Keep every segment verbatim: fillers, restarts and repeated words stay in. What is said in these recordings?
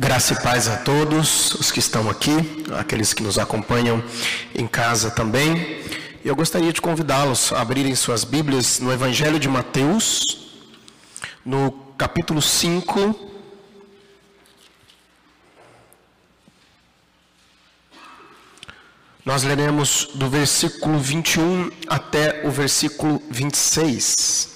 Graça e paz a todos os que estão aqui, aqueles que nos acompanham em casa também. Eu gostaria de convidá-los a abrirem suas Bíblias no Evangelho de Mateus, no capítulo cinco. Nós leremos do versículo vinte e um até o versículo vinte e seis.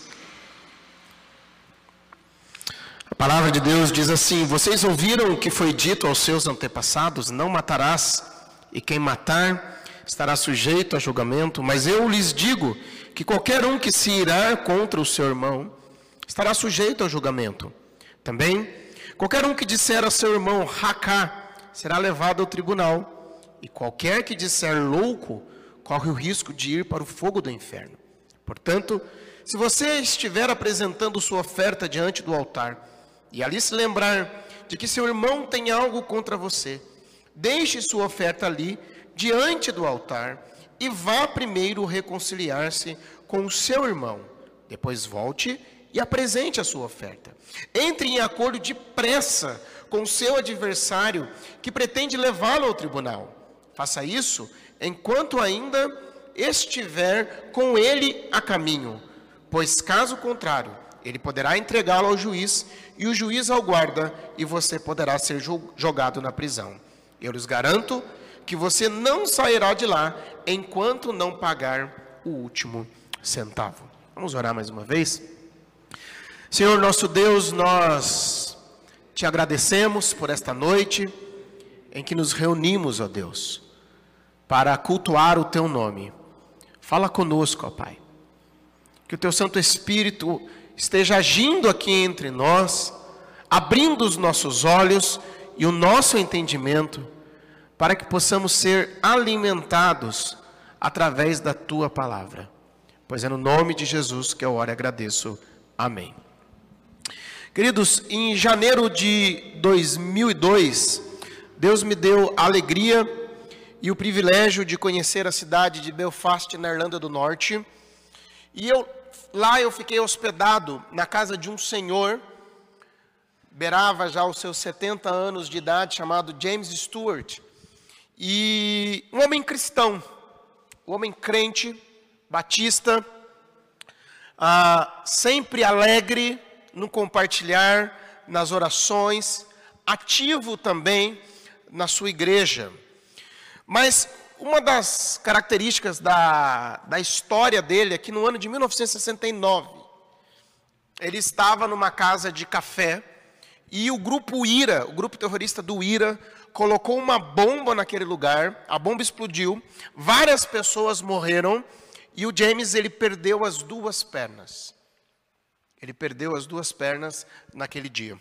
A palavra de Deus diz assim: vocês ouviram o que foi dito aos seus antepassados, não matarás, e quem matar estará sujeito a julgamento. Mas eu lhes digo que qualquer um que se irar contra o seu irmão estará sujeito a julgamento. Também, qualquer um que disser a seu irmão racá será levado ao tribunal, e qualquer que disser louco corre o risco de ir para o fogo do inferno. Portanto, se você estiver apresentando sua oferta diante do altar, e ali se lembrar de que seu irmão tem algo contra você, deixe sua oferta ali, diante do altar, e vá primeiro reconciliar-se com o seu irmão. Depois volte e apresente a sua oferta. Entre em acordo depressa com o seu adversário, que pretende levá-lo ao tribunal. Faça isso enquanto ainda estiver com ele a caminho, pois caso contrário, ele poderá entregá-lo ao juiz, e o juiz ao guarda, e você poderá ser jogado na prisão. Eu lhes garanto que você não sairá de lá enquanto não pagar o último centavo. Vamos orar mais uma vez? Senhor nosso Deus, nós te agradecemos por esta noite em que nos reunimos, ó Deus, para cultuar o teu nome. Fala conosco, ó Pai. Que o teu Santo Espírito esteja agindo aqui entre nós, abrindo os nossos olhos e o nosso entendimento, para que possamos ser alimentados através da tua palavra. Pois é no nome de Jesus que eu oro e agradeço. Amém. Queridos, em janeiro de dois mil e dois, Deus me deu a alegria e o privilégio de conhecer a cidade de Belfast, na Irlanda do Norte. E eu, lá eu fiquei hospedado na casa de um senhor, beirava já os seus setenta anos de idade, chamado James Stewart. E um homem cristão, um homem crente, batista, ah, sempre alegre no compartilhar, nas orações, ativo também na sua igreja. Mas uma das características da, da história dele é que no ano de mil novecentos e sessenta e nove, ele estava numa casa de café e o grupo IRA, o grupo terrorista do IRA, colocou uma bomba naquele lugar, a bomba explodiu, várias pessoas morreram e o James ele perdeu as duas pernas. Ele perdeu as duas pernas naquele dia.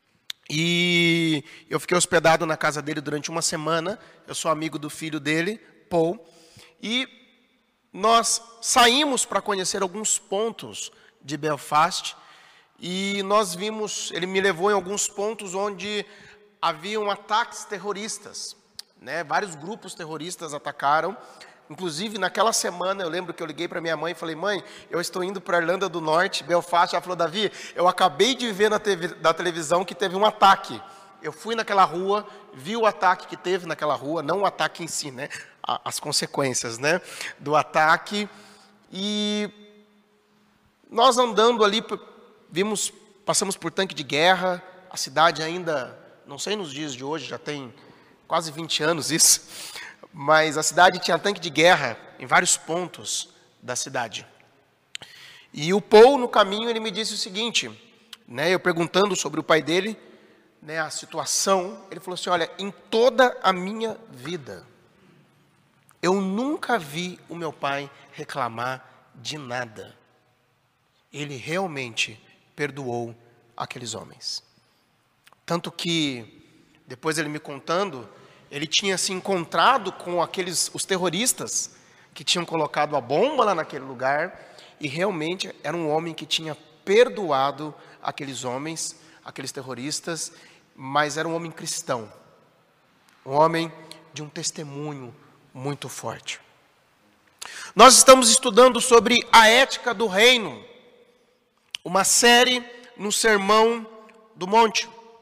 E eu fiquei hospedado na casa dele durante uma semana. Eu sou amigo do filho dele, Paul, e nós saímos para conhecer alguns pontos de Belfast, e nós vimos, ele me levou em alguns pontos onde haviam ataques terroristas, né? Vários grupos terroristas atacaram. Inclusive, naquela semana, eu lembro que eu liguei para minha mãe e falei: mãe, eu estou indo para a Irlanda do Norte, Belfast. Ela falou: Davi, eu acabei de ver na, T V, na televisão que teve um ataque. Eu fui naquela rua, vi o ataque que teve naquela rua, não o ataque em si, né? As consequências, né, do ataque. E nós andando ali, vimos, passamos por tanque de guerra. A cidade ainda, não sei nos dias de hoje, já tem quase vinte anos isso, mas a cidade tinha tanque de guerra em vários pontos da cidade. E o Paul, no caminho, ele me disse o seguinte, né, eu perguntando sobre o pai dele, né, a situação, ele falou assim: olha, em toda a minha vida, eu nunca vi o meu pai reclamar de nada. Ele realmente perdoou aqueles homens. Tanto que, depois ele me contando, ele tinha se encontrado com aqueles, os terroristas que tinham colocado a bomba lá naquele lugar, e realmente era um homem que tinha perdoado aqueles homens, aqueles terroristas, mas era um homem cristão, um homem de um testemunho muito forte. Nós estamos estudando sobre a ética do reino, uma série no Sermão do Monte.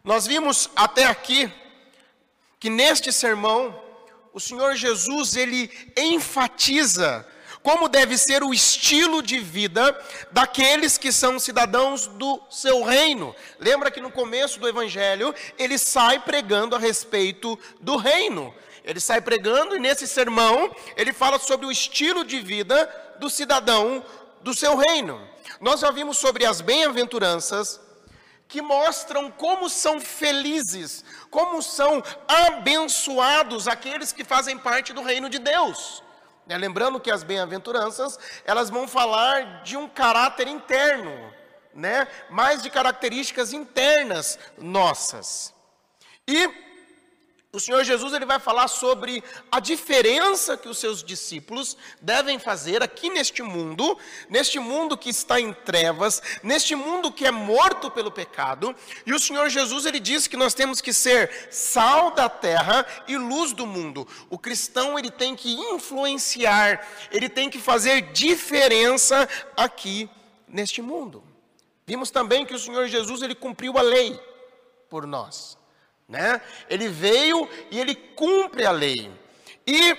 Nós vimos até aqui que neste sermão, o Senhor Jesus, ele enfatiza como deve ser o estilo de vida daqueles que são cidadãos do seu reino. Lembra que no começo do Evangelho, ele sai pregando a respeito do reino. Ele sai pregando e nesse sermão, ele fala sobre o estilo de vida do cidadão do seu reino. Nós já vimos sobre as bem-aventuranças, que mostram como são felizes, como são abençoados aqueles que fazem parte do reino de Deus. É, lembrando que as bem-aventuranças, elas vão falar de um caráter interno, né? Mais de características internas nossas. E o Senhor Jesus, ele vai falar sobre a diferença que os seus discípulos devem fazer aqui neste mundo, neste mundo que está em trevas, neste mundo que é morto pelo pecado. E o Senhor Jesus, ele diz que nós temos que ser sal da terra e luz do mundo. O cristão, ele tem que influenciar, ele tem que fazer diferença aqui neste mundo. Vimos também que o Senhor Jesus, ele cumpriu a lei por nós. Né? Ele veio e ele cumpre a lei. E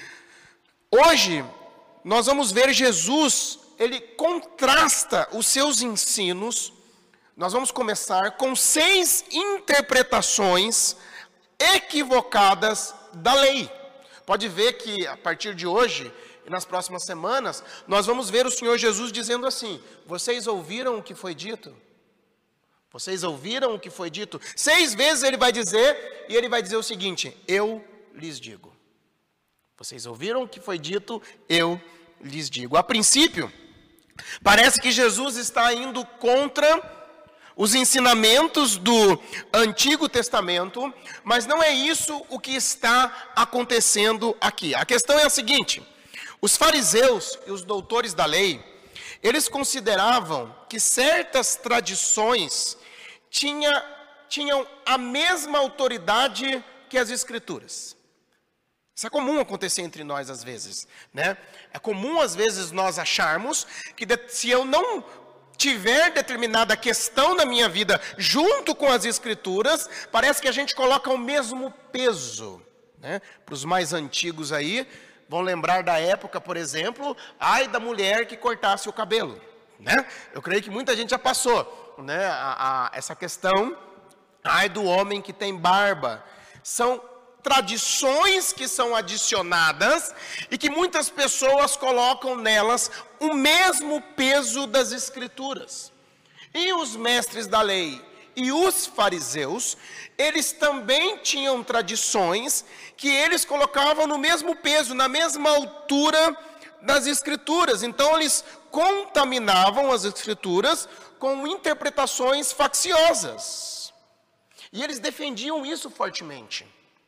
hoje nós vamos ver Jesus, ele contrasta os seus ensinos. Nós vamos começar com seis interpretações equivocadas da lei. Pode ver que a partir de hoje e nas próximas semanas, nós vamos ver o Senhor Jesus dizendo assim: vocês ouviram o que foi dito? Vocês ouviram o que foi dito? Seis vezes ele vai dizer, e ele vai dizer o seguinte: eu lhes digo. Vocês ouviram o que foi dito? Eu lhes digo. A princípio, parece que Jesus está indo contra os ensinamentos do Antigo Testamento, mas não é isso o que está acontecendo aqui. A questão é a seguinte: os fariseus e os doutores da lei, eles consideravam que certas tradições tinha, tinham a mesma autoridade que as Escrituras. Isso é comum acontecer entre nós às vezes, né? É comum às vezes nós acharmos que de, se eu não tiver determinada questão na minha vida junto com as Escrituras, parece que a gente coloca o mesmo peso, né? Para os mais antigos aí, vão lembrar da época, por exemplo, ai da mulher que cortasse o cabelo, né? Eu creio que muita gente já passou, né? A, a, essa questão, ai do homem que tem barba. São tradições que são adicionadas e que muitas pessoas colocam nelas o mesmo peso das Escrituras. E os mestres da lei e os fariseus, eles também tinham tradições que eles colocavam no mesmo peso, na mesma altura das Escrituras. Então eles contaminavam as Escrituras com interpretações facciosas. E eles defendiam isso fortemente.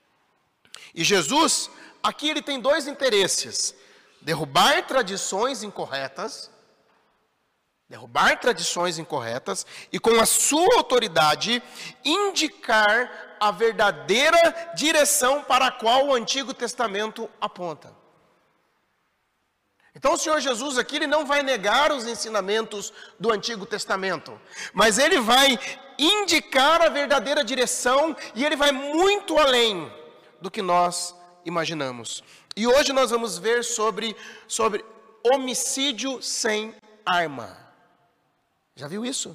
E Jesus, aqui ele tem dois interesses: derrubar tradições incorretas, derrubar tradições incorretas, e com a sua autoridade, indicar a verdadeira direção para a qual o Antigo Testamento aponta. Então o Senhor Jesus aqui, ele não vai negar os ensinamentos do Antigo Testamento, mas ele vai indicar a verdadeira direção, e ele vai muito além do que nós imaginamos. E hoje nós vamos ver sobre, sobre homicídio sem arma. Já viu isso?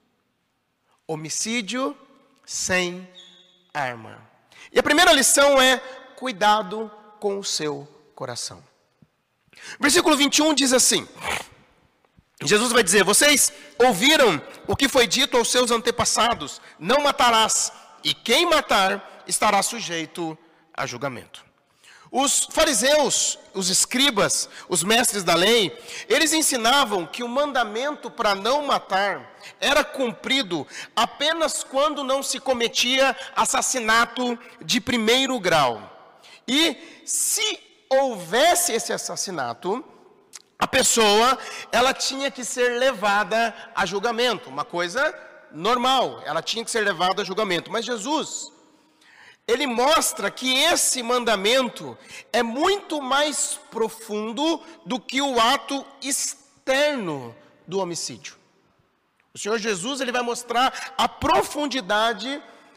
Homicídio sem arma. E a primeira lição é: cuidado com o seu coração. Versículo vinte e um diz assim: Jesus vai dizer: vocês ouviram o que foi dito aos seus antepassados: não matarás, e quem matar estará sujeito a julgamento. Os fariseus, os escribas, os mestres da lei, eles ensinavam que o mandamento para não matar era cumprido apenas quando não se cometia assassinato de primeiro grau. E se houvesse esse assassinato, a pessoa, ela tinha que ser levada a julgamento, uma coisa normal, ela tinha que ser levada a julgamento. Mas Jesus, ele mostra que esse mandamento é muito mais profundo do que o ato externo do homicídio. O Senhor Jesus, ele vai mostrar a profundidade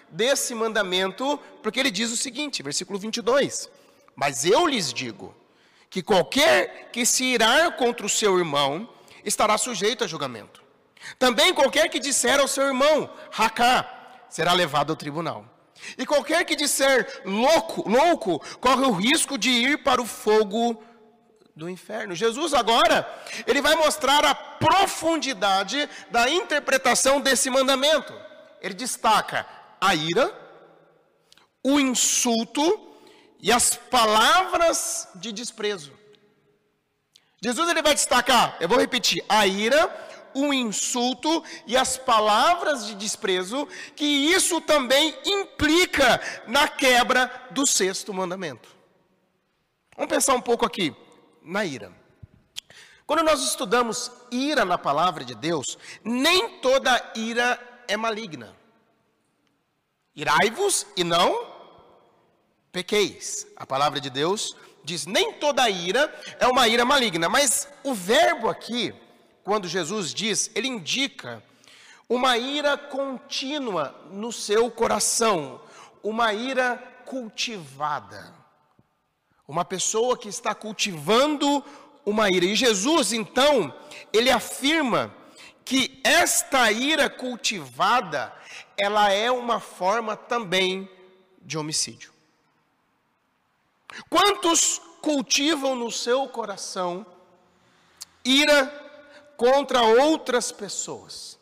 desse mandamento, porque ele diz o seguinte, versículo vinte e dois, mas eu lhes digo, que qualquer que se irar contra o seu irmão, estará sujeito a julgamento. Também qualquer que disser ao seu irmão, racá, será levado ao tribunal. E qualquer que disser louco, louco, corre o risco de ir para o fogo do inferno. Jesus agora, ele vai mostrar a profundidade da interpretação desse mandamento. Ele destaca a ira, o insulto e as palavras de desprezo. Jesus ele vai destacar, eu vou repetir, a ira, o insulto e as palavras de desprezo, que isso também implica na quebra do sexto mandamento. Vamos pensar um pouco aqui na ira. Quando nós estudamos ira na palavra de Deus, nem toda ira é maligna. Irai-vos e não pequeis. A palavra de Deus diz, nem toda ira é uma ira maligna. Mas o verbo aqui, quando Jesus diz, ele indica uma ira contínua no seu coração. Uma ira cultivada. Uma pessoa que está cultivando uma ira. E Jesus, então, ele afirma que esta ira cultivada, ela é uma forma também de homicídio. Quantos cultivam no seu coração ira contra outras pessoas?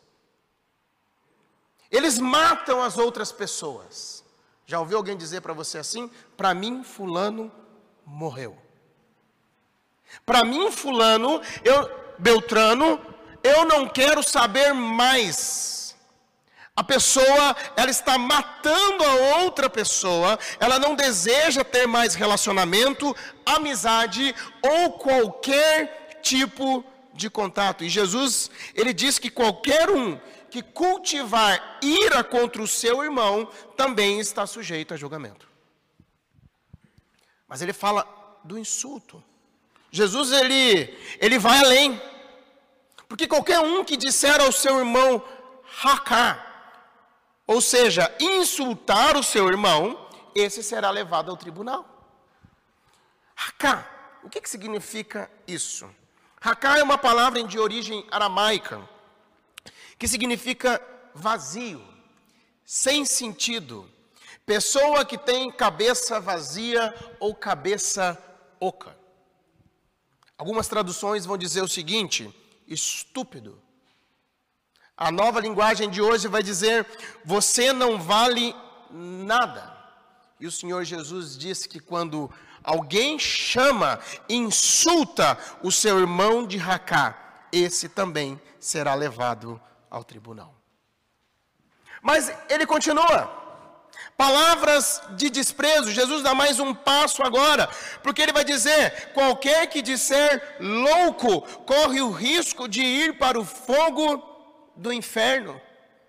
Eles matam as outras pessoas. Já ouviu alguém dizer para você assim? Para mim, fulano morreu. Para mim, fulano, eu, Beltrano, eu não quero saber mais. A pessoa, ela está matando a outra pessoa, ela não deseja ter mais relacionamento, amizade ou qualquer tipo de contato. E Jesus, ele diz que qualquer um que cultivar ira contra o seu irmão, também está sujeito a julgamento. Mas ele fala do insulto. Jesus, ele, ele vai além. Porque qualquer um que disser ao seu irmão, racá, ou seja, insultar o seu irmão, esse será levado ao tribunal. Racá, o que, que significa isso? Racá é uma palavra de origem aramaica, que significa vazio, sem sentido. Pessoa que tem cabeça vazia ou cabeça oca. Algumas traduções vão dizer o seguinte, estúpido. A nova linguagem de hoje vai dizer, você não vale nada. E o Senhor Jesus disse que quando alguém chama, insulta o seu irmão de racá, esse também será levado ao tribunal. Mas ele continua. Palavras de desprezo, Jesus dá mais um passo agora, porque ele vai dizer, qualquer que disser louco, corre o risco de ir para o fogo do inferno.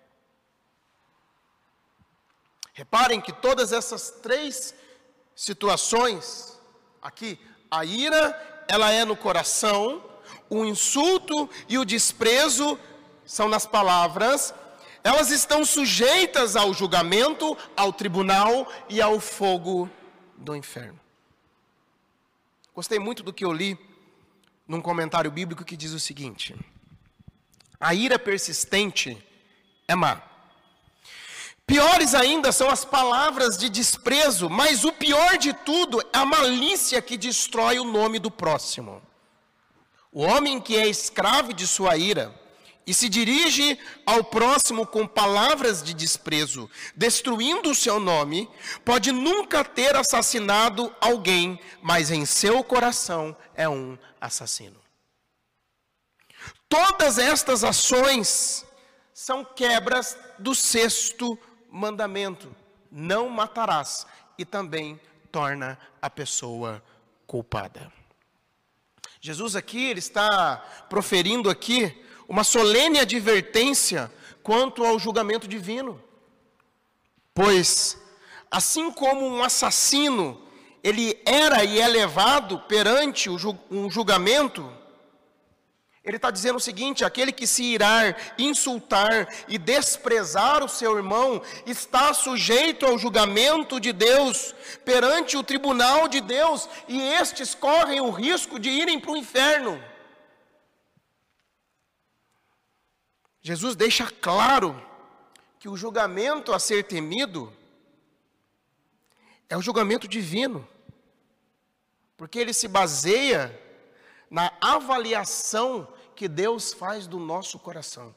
Reparem que todas essas três situações, aqui, a ira, ela é no coração, o insulto e o desprezo são nas palavras, elas estão sujeitas ao julgamento, ao tribunal e ao fogo do inferno. Gostei muito do que eu li num comentário bíblico que diz o seguinte, a ira persistente é má. Piores ainda são as palavras de desprezo, mas o pior de tudo é a malícia que destrói o nome do próximo. O homem que é escravo de sua ira e se dirige ao próximo com palavras de desprezo, destruindo o seu nome, pode nunca ter assassinado alguém, mas em seu coração é um assassino. Todas estas ações são quebras do sexto mandamento, não matarás, e também torna a pessoa culpada. Jesus aqui, ele está proferindo aqui uma solene advertência quanto ao julgamento divino. Pois, assim como um assassino, ele era e é levado perante um julgamento, Ele está dizendo o seguinte: aquele que se irar, insultar e desprezar o seu irmão, está sujeito ao julgamento de Deus, perante o tribunal de Deus, e estes correm o risco de irem para o inferno. Jesus deixa claro que o julgamento a ser temido é o julgamento divino, porque ele se baseia na avaliação que Deus faz do nosso coração.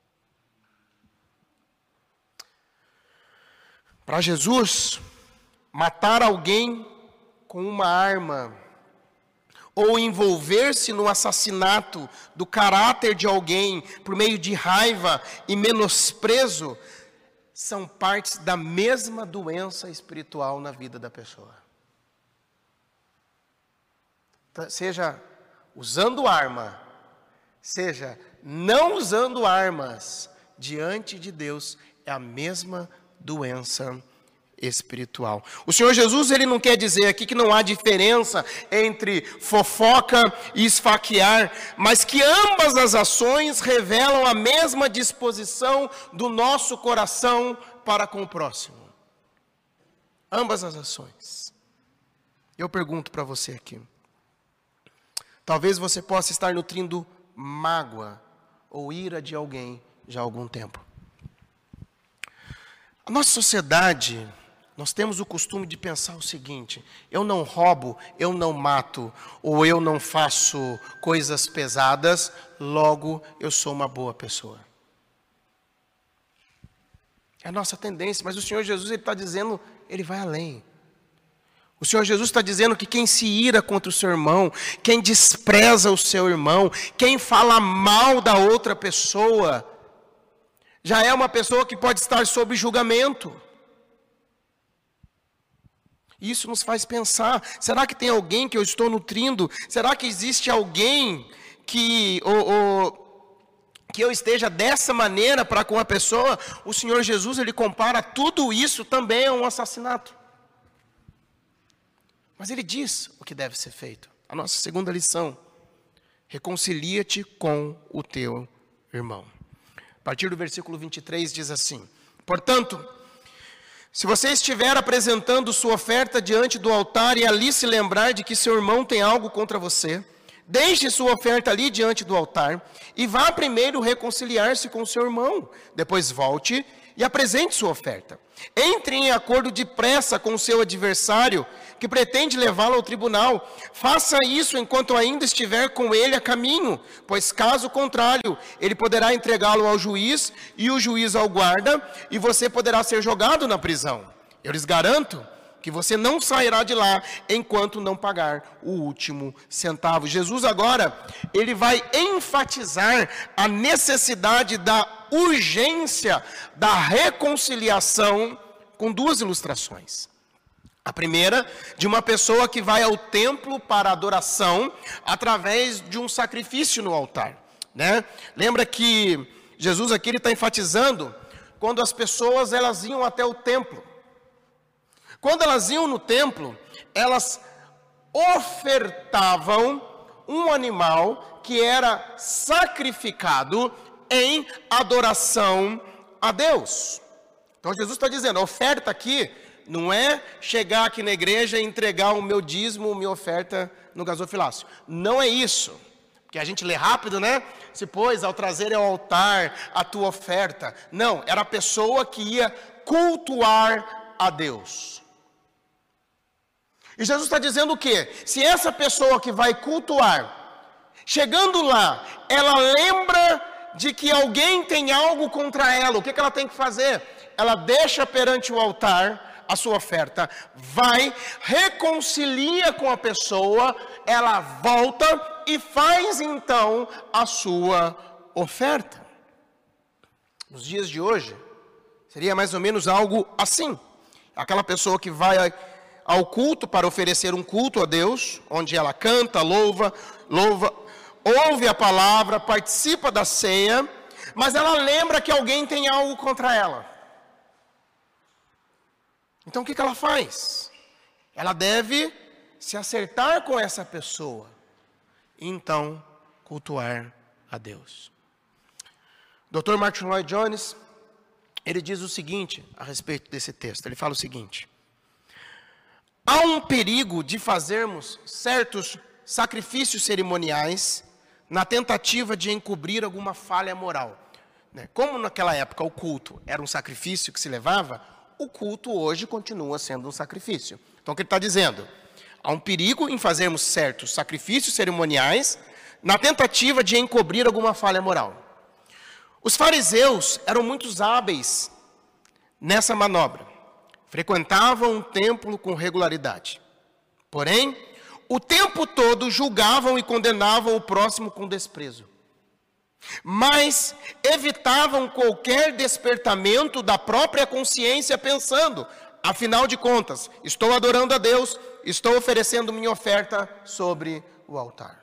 Para Jesus, matar alguém com uma arma, ou envolver-se no assassinato do caráter de alguém por meio de raiva e menosprezo, são partes da mesma doença espiritual na vida da pessoa. Seja usando arma, seja não usando armas, diante de Deus é a mesma doença espiritual. O Senhor Jesus, ele não quer dizer aqui que não há diferença entre fofoca e esfaquear, mas que ambas as ações revelam a mesma disposição do nosso coração para com o próximo. Ambas as ações. Eu pergunto para você aqui. Talvez você possa estar nutrindo mágoa ou ira de alguém já há algum tempo. A nossa sociedade, nós temos o costume de pensar o seguinte: eu não roubo, eu não mato, ou eu não faço coisas pesadas, logo eu sou uma boa pessoa. É a nossa tendência, mas o Senhor Jesus está dizendo, ele vai além. O Senhor Jesus está dizendo que quem se ira contra o seu irmão, quem despreza o seu irmão, quem fala mal da outra pessoa, já é uma pessoa que pode estar sob julgamento. Isso nos faz pensar, será que tem alguém que eu estou nutrindo? Será que existe alguém que, ou, ou, que eu esteja dessa maneira para com a pessoa? O Senhor Jesus, ele compara tudo isso também a um assassinato. Mas ele diz o que deve ser feito. A nossa segunda lição: reconcilia-te com o teu irmão. A partir do versículo vinte e três diz assim: portanto, se você estiver apresentando sua oferta diante do altar e ali se lembrar de que seu irmão tem algo contra você, deixe sua oferta ali diante do altar e vá primeiro reconciliar-se com seu irmão. Depois volte e apresente sua oferta. Entre em acordo depressa com o seu adversário, que pretende levá-lo ao tribunal. Faça isso enquanto ainda estiver com ele a caminho, pois caso contrário, ele poderá entregá-lo ao juiz e o juiz ao guarda, e você poderá ser jogado na prisão. Eu lhes garanto que você não sairá de lá enquanto não pagar o último centavo. Jesus agora, ele vai enfatizar a necessidade da urgência da reconciliação com duas ilustrações. A primeira, de uma pessoa que vai ao templo para adoração através de um sacrifício no altar, né? Lembra que Jesus aqui está enfatizando quando as pessoas elas iam até o templo. Quando elas iam no templo, elas ofertavam um animal que era sacrificado em adoração a Deus. Então Jesus está dizendo, a oferta aqui não é chegar aqui na igreja e entregar o meu dízimo, a minha oferta no gasofilácio. Não é isso. Porque a gente lê rápido, né? Se pois ao trazer ao altar a tua oferta. Não, era a pessoa que ia cultuar a Deus. E Jesus está dizendo o quê? Se essa pessoa que vai cultuar, chegando lá, ela lembra de que alguém tem algo contra ela, o que, que ela tem que fazer? Ela deixa perante o altar a sua oferta, vai, reconcilia com a pessoa, ela volta e faz então a sua oferta. Nos dias de hoje, seria mais ou menos algo assim. Aquela pessoa que vai ao culto para oferecer um culto a Deus, onde ela canta, louva, louva, ouve a palavra, participa da ceia, mas ela lembra que alguém tem algo contra ela. Então o que, que ela faz? Ela deve se acertar com essa pessoa, e então cultuar a Deus. doutor Martin Lloyd Jones, ele diz o seguinte a respeito desse texto. Ele fala o seguinte: há um perigo de fazermos certos sacrifícios cerimoniais na tentativa de encobrir alguma falha moral. Como naquela época o culto era um sacrifício que se levava, o culto hoje continua sendo um sacrifício. Então o que ele está dizendo? Há um perigo em fazermos certos sacrifícios cerimoniais na tentativa de encobrir alguma falha moral. Os fariseus eram muito hábeis nessa manobra. Frequentavam o templo com regularidade. Porém, o tempo todo julgavam e condenavam o próximo com desprezo. Mas evitavam qualquer despertamento da própria consciência pensando, afinal de contas, estou adorando a Deus, estou oferecendo minha oferta sobre o altar.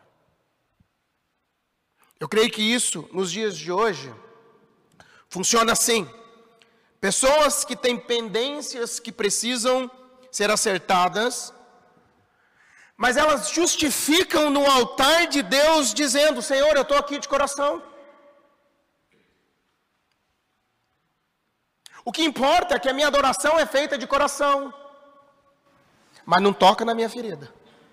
Eu creio que isso, nos dias de hoje, funciona assim. Pessoas que têm pendências que precisam ser acertadas, mas elas justificam no altar de Deus dizendo: Senhor, eu estou aqui de coração. O que importa é que a minha adoração é feita de coração, mas não toca na minha ferida.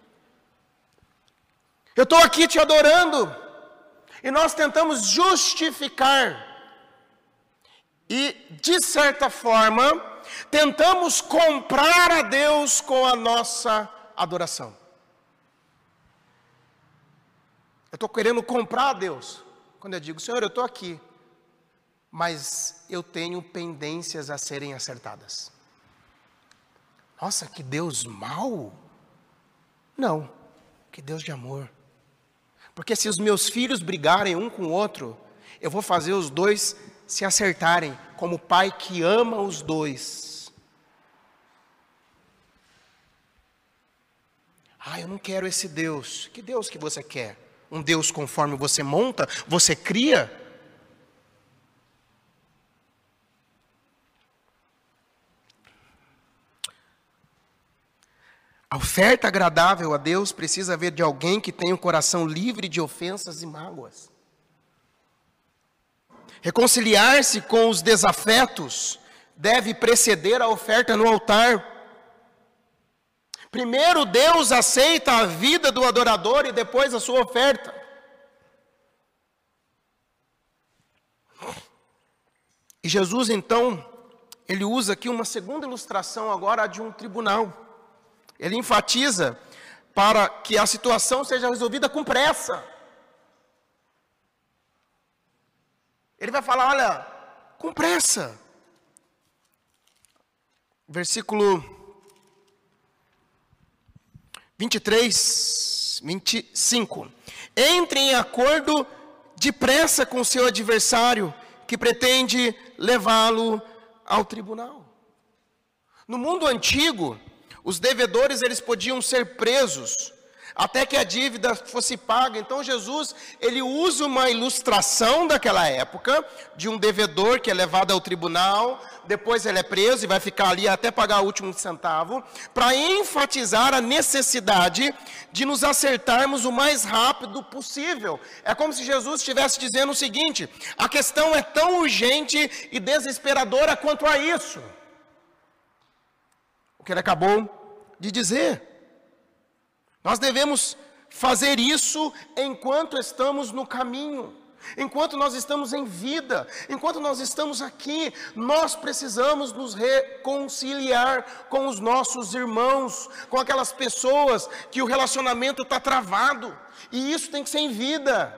Eu estou aqui te adorando, e nós tentamos justificar, e de certa forma, tentamos comprar a Deus com a nossa adoração. Eu estou querendo comprar a Deus, quando eu digo: Senhor, eu estou aqui, mas eu tenho pendências a serem acertadas. Nossa, que Deus mau? Não, que Deus de amor. Porque se os meus filhos brigarem um com o outro, eu vou fazer os dois se acertarem, como o pai que ama os dois. Ah, eu não quero esse Deus. Que Deus que você quer? Um Deus conforme você monta, você cria? A oferta agradável a Deus precisa vir de alguém que tenha um coração livre de ofensas e mágoas. Reconciliar-se com os desafetos deve preceder a oferta no altar. Primeiro Deus aceita a vida do adorador e depois a sua oferta. E Jesus então, ele usa aqui uma segunda ilustração agora de um tribunal. Ele enfatiza para que a situação seja resolvida com pressa. Ele vai falar, olha, com pressa. Versículo vinte e três, vinte e cinco. Entre em acordo depressa com seu adversário, que pretende levá-lo ao tribunal. No mundo antigo, os devedores eles podiam ser presos até que a dívida fosse paga. Então Jesus, ele usa uma ilustração daquela época, de um devedor que é levado ao tribunal, depois ele é preso e vai ficar ali até pagar o último centavo, para enfatizar a necessidade de nos acertarmos o mais rápido possível. É como se Jesus estivesse dizendo o seguinte: a questão é tão urgente e desesperadora quanto a isso. O que ele acabou de dizer. Nós devemos fazer isso enquanto estamos no caminho, enquanto nós estamos em vida, enquanto nós estamos aqui. Nós precisamos nos reconciliar com os nossos irmãos, com aquelas pessoas que o relacionamento está travado, e isso tem que ser em vida.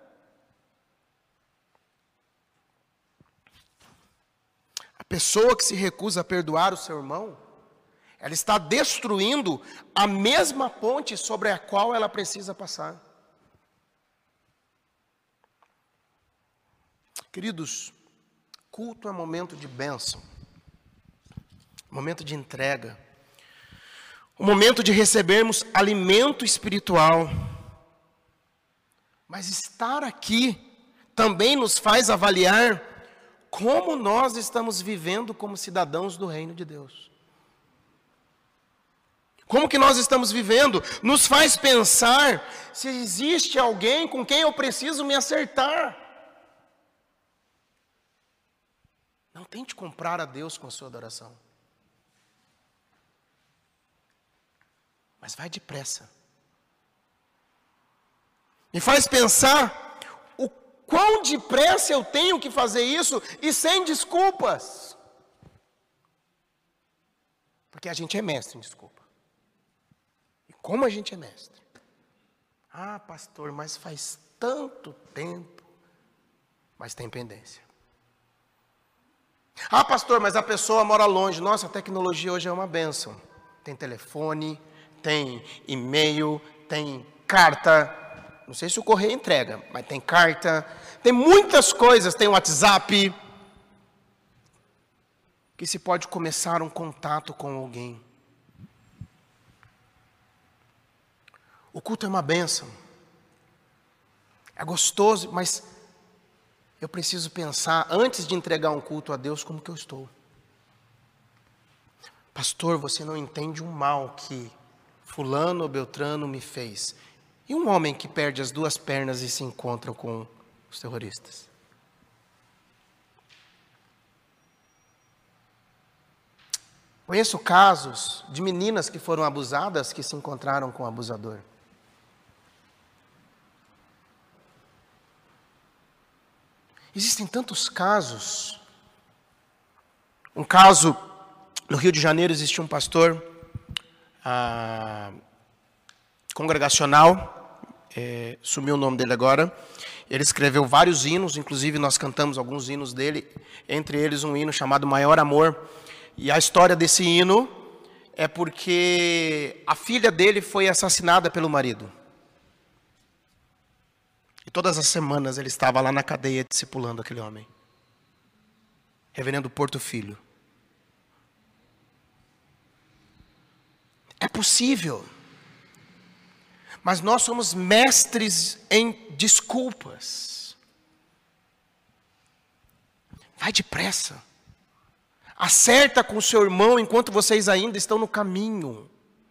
A pessoa que se recusa a perdoar o seu irmão, ela está destruindo a mesma ponte sobre a qual ela precisa passar. Queridos, culto é momento de bênção, momento de entrega, o momento de recebermos alimento espiritual. Mas estar aqui também nos faz avaliar como nós estamos vivendo como cidadãos do reino de Deus. Como que nós estamos vivendo? Nos faz pensar se existe alguém com quem eu preciso me acertar. Não tente comprar a Deus com a sua adoração. Mas vai depressa. Me faz pensar o quão depressa eu tenho que fazer isso e sem desculpas. Porque a gente é mestre em desculpa. E como a gente é mestre? Ah, pastor, mas faz tanto tempo. Mas tem pendência. Ah, pastor, mas a pessoa mora longe. Nossa, a tecnologia hoje é uma bênção. Tem telefone, tem e-mail, tem carta. Não sei se o correio entrega, mas tem carta. Tem muitas coisas, tem WhatsApp. Que se pode começar um contato com alguém. O culto é uma bênção. É gostoso, mas eu preciso pensar, antes de entregar um culto a Deus, como que eu estou. Pastor, você não entende o mal que fulano ou beltrano me fez. E um homem que perde as duas pernas e se encontra com os terroristas? Conheço casos de meninas que foram abusadas, que se encontraram com o abusador. Existem tantos casos. Um caso, no Rio de Janeiro existia um pastor ah, congregacional, é, sumiu o nome dele agora. Ele escreveu vários hinos, inclusive nós cantamos alguns hinos dele, entre eles um hino chamado Maior Amor. E a história desse hino é porque a filha dele foi assassinada pelo marido. E todas as semanas ele estava lá na cadeia discipulando aquele homem. Reverendo Porto Filho. É possível. Mas nós somos mestres em desculpas. Vai depressa. Acerta com o seu irmão enquanto vocês ainda estão no caminho.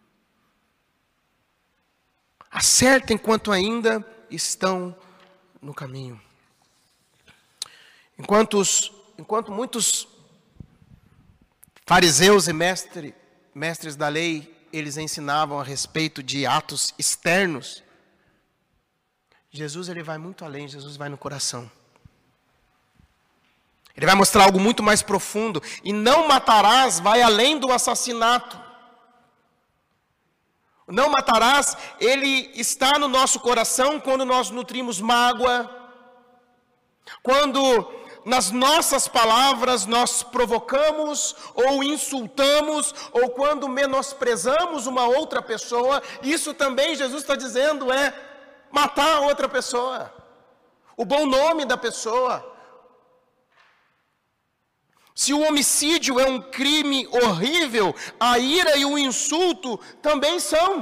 Acerta enquanto ainda estão no caminho. Enquanto, os, enquanto muitos fariseus e mestre, mestres da lei, eles ensinavam a respeito de atos externos, Jesus ele vai muito além, Jesus vai no coração. Ele vai mostrar algo muito mais profundo. E não matarás vai além do assassinato. Não matarás, ele está no nosso coração quando nós nutrimos mágoa, quando nas nossas palavras nós provocamos ou insultamos, ou quando menosprezamos uma outra pessoa. Isso também Jesus está dizendo é matar a outra pessoa, o bom nome da pessoa. Se o homicídio é um crime horrível, a ira e o insulto também são.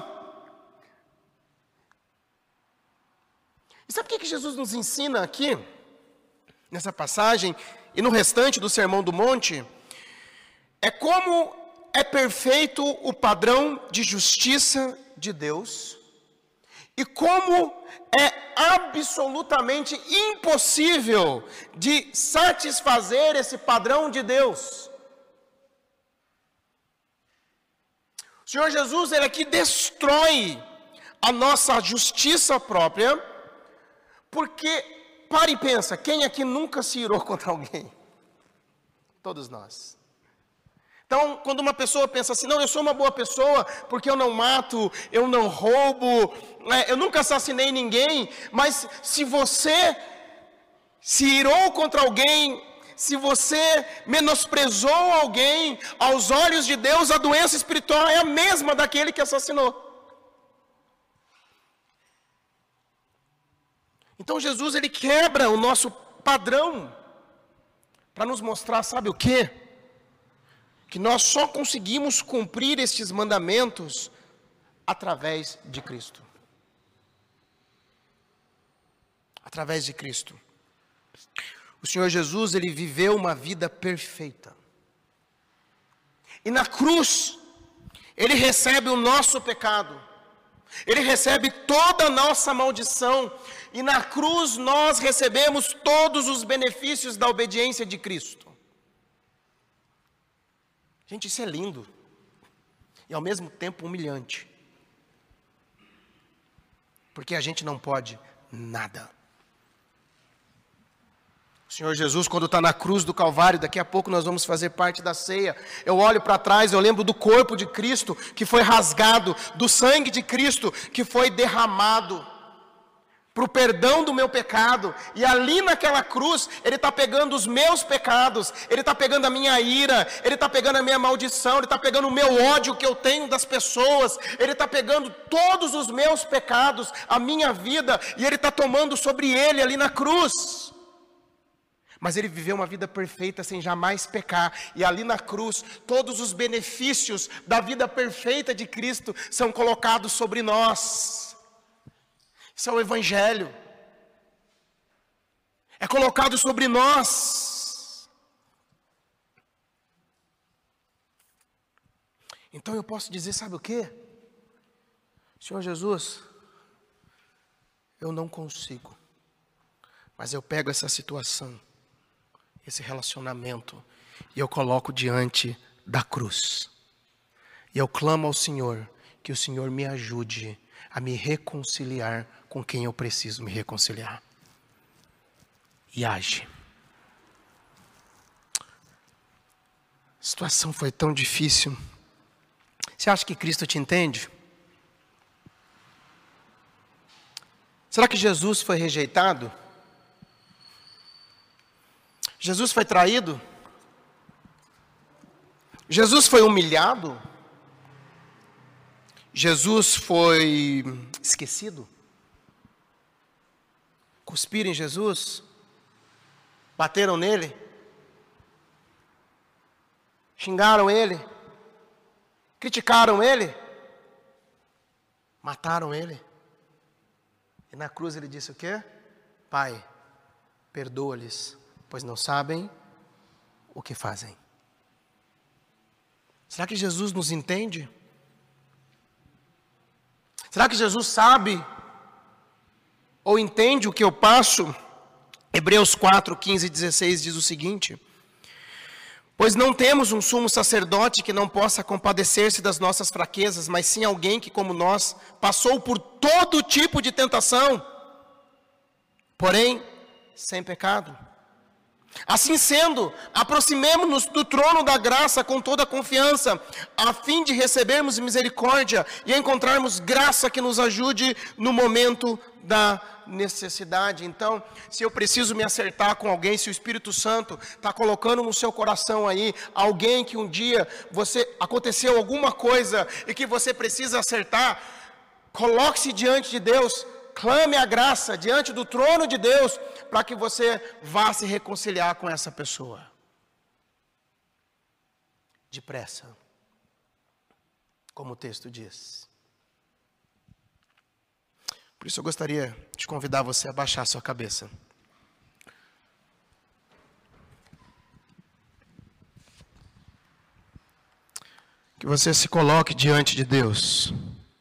E sabe o que Jesus nos ensina aqui, nessa passagem, e no restante do Sermão do Monte? É como é perfeito o padrão de justiça de Deus, e como é absolutamente impossível de satisfazer esse padrão de Deus. O Senhor Jesus, ele aqui destrói a nossa justiça própria, porque, para e pensa, quem aqui nunca se irou contra alguém? Todos nós. Então, quando uma pessoa pensa assim, não, eu sou uma boa pessoa, porque eu não mato, eu não roubo, né, eu nunca assassinei ninguém, mas se você se irou contra alguém, se você menosprezou alguém, aos olhos de Deus, a doença espiritual é a mesma daquele que assassinou. Então Jesus, ele quebra o nosso padrão, para nos mostrar, sabe o quê? Que nós só conseguimos cumprir estes mandamentos através de Cristo. Através de Cristo. O Senhor Jesus, ele viveu uma vida perfeita. E na cruz, Ele recebe o nosso pecado. Ele recebe toda a nossa maldição. E na cruz nós recebemos todos os benefícios da obediência de Cristo. Gente, isso é lindo. E ao mesmo tempo humilhante. Porque a gente não pode nada. O Senhor Jesus, quando está na cruz do Calvário, daqui a pouco nós vamos fazer parte da ceia. Eu olho para trás, eu lembro do corpo de Cristo que foi rasgado, do sangue de Cristo que foi derramado para o perdão do meu pecado. E ali naquela cruz, Ele está pegando os meus pecados, Ele está pegando a minha ira, Ele está pegando a minha maldição, Ele está pegando o meu ódio que eu tenho das pessoas, Ele está pegando todos os meus pecados, a minha vida, e Ele está tomando sobre Ele ali na cruz. Mas Ele viveu uma vida perfeita sem jamais pecar. E ali na cruz, todos os benefícios da vida perfeita de Cristo são colocados sobre nós. Isso é o Evangelho. É colocado sobre nós. Então eu posso dizer, sabe o quê? Senhor Jesus, eu não consigo. Mas eu pego essa situação, esse relacionamento, e eu coloco diante da cruz. E eu clamo ao Senhor, que o Senhor me ajude a me reconciliar com quem eu preciso me reconciliar. E age. A situação foi tão difícil. Você acha que Cristo te entende? Será que Jesus foi rejeitado? Jesus foi traído? Jesus foi humilhado? Jesus foi esquecido? Cuspiram em Jesus? Bateram nele? Xingaram ele? Criticaram ele? Mataram ele? E na cruz ele disse o quê? Pai, perdoa-lhes, pois não sabem o que fazem. Será que Jesus nos entende? Será que Jesus sabe ou entende o que eu passo? Hebreus quatro, quinze e dezesseis diz o seguinte: pois não temos um sumo sacerdote que não possa compadecer-se das nossas fraquezas, mas sim alguém que, como nós, passou por todo tipo de tentação, porém sem pecado. Assim sendo, aproximemo-nos do trono da graça com toda a confiança, a fim de recebermos misericórdia e encontrarmos graça que nos ajude no momento da necessidade. Então, se eu preciso me acertar com alguém, se o Espírito Santo está colocando no seu coração aí, alguém que um dia você aconteceu alguma coisa e que você precisa acertar, coloque-se diante de Deus, clame a graça diante do trono de Deus, para que você vá se reconciliar com essa pessoa. Depressa, como o texto diz. Por isso eu gostaria de convidar você a baixar sua cabeça. Que você se coloque diante de Deus.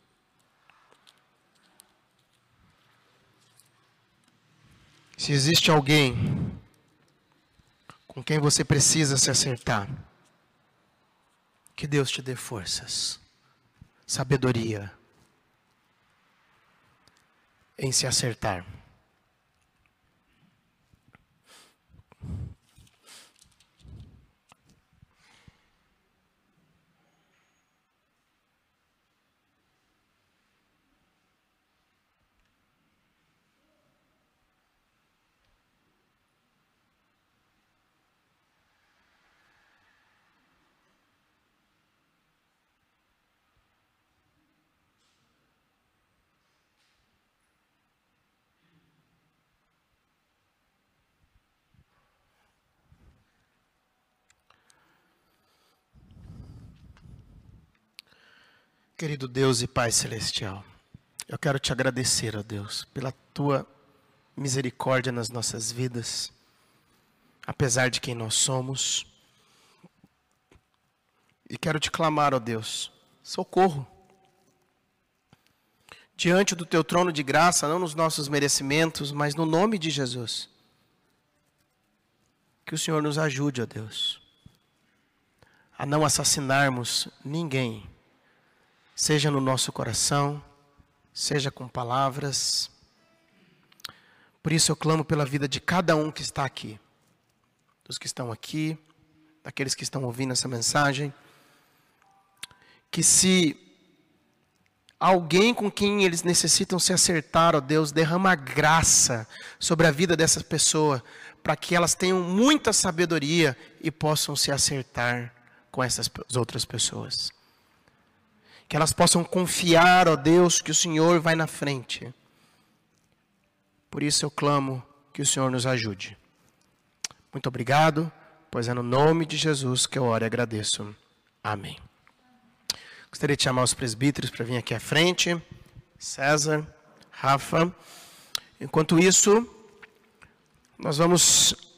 Se existe alguém com quem você precisa se acertar, que Deus te dê forças, sabedoria em se acertar. Querido Deus e Pai Celestial, eu quero te agradecer, ó Deus, pela tua misericórdia nas nossas vidas, apesar de quem nós somos. E quero te clamar, ó Deus, socorro. Diante do teu trono de graça, não nos nossos merecimentos, mas no nome de Jesus. Que o Senhor nos ajude, ó Deus, a não assassinarmos ninguém, seja no nosso coração, seja com palavras. Por isso eu clamo pela vida de cada um que está aqui, dos que estão aqui, daqueles que estão ouvindo essa mensagem, que se alguém com quem eles necessitam se acertar, ó Deus, derrama graça sobre a vida dessa pessoa, para que elas tenham muita sabedoria e possam se acertar com essas outras pessoas. Que elas possam confiar, ó Deus, que o Senhor vai na frente. Por isso eu clamo que o Senhor nos ajude. Muito obrigado, pois é no nome de Jesus que eu oro e agradeço. Amém. Gostaria de chamar os presbíteros para vir aqui à frente. César, Rafa. Enquanto isso, nós vamos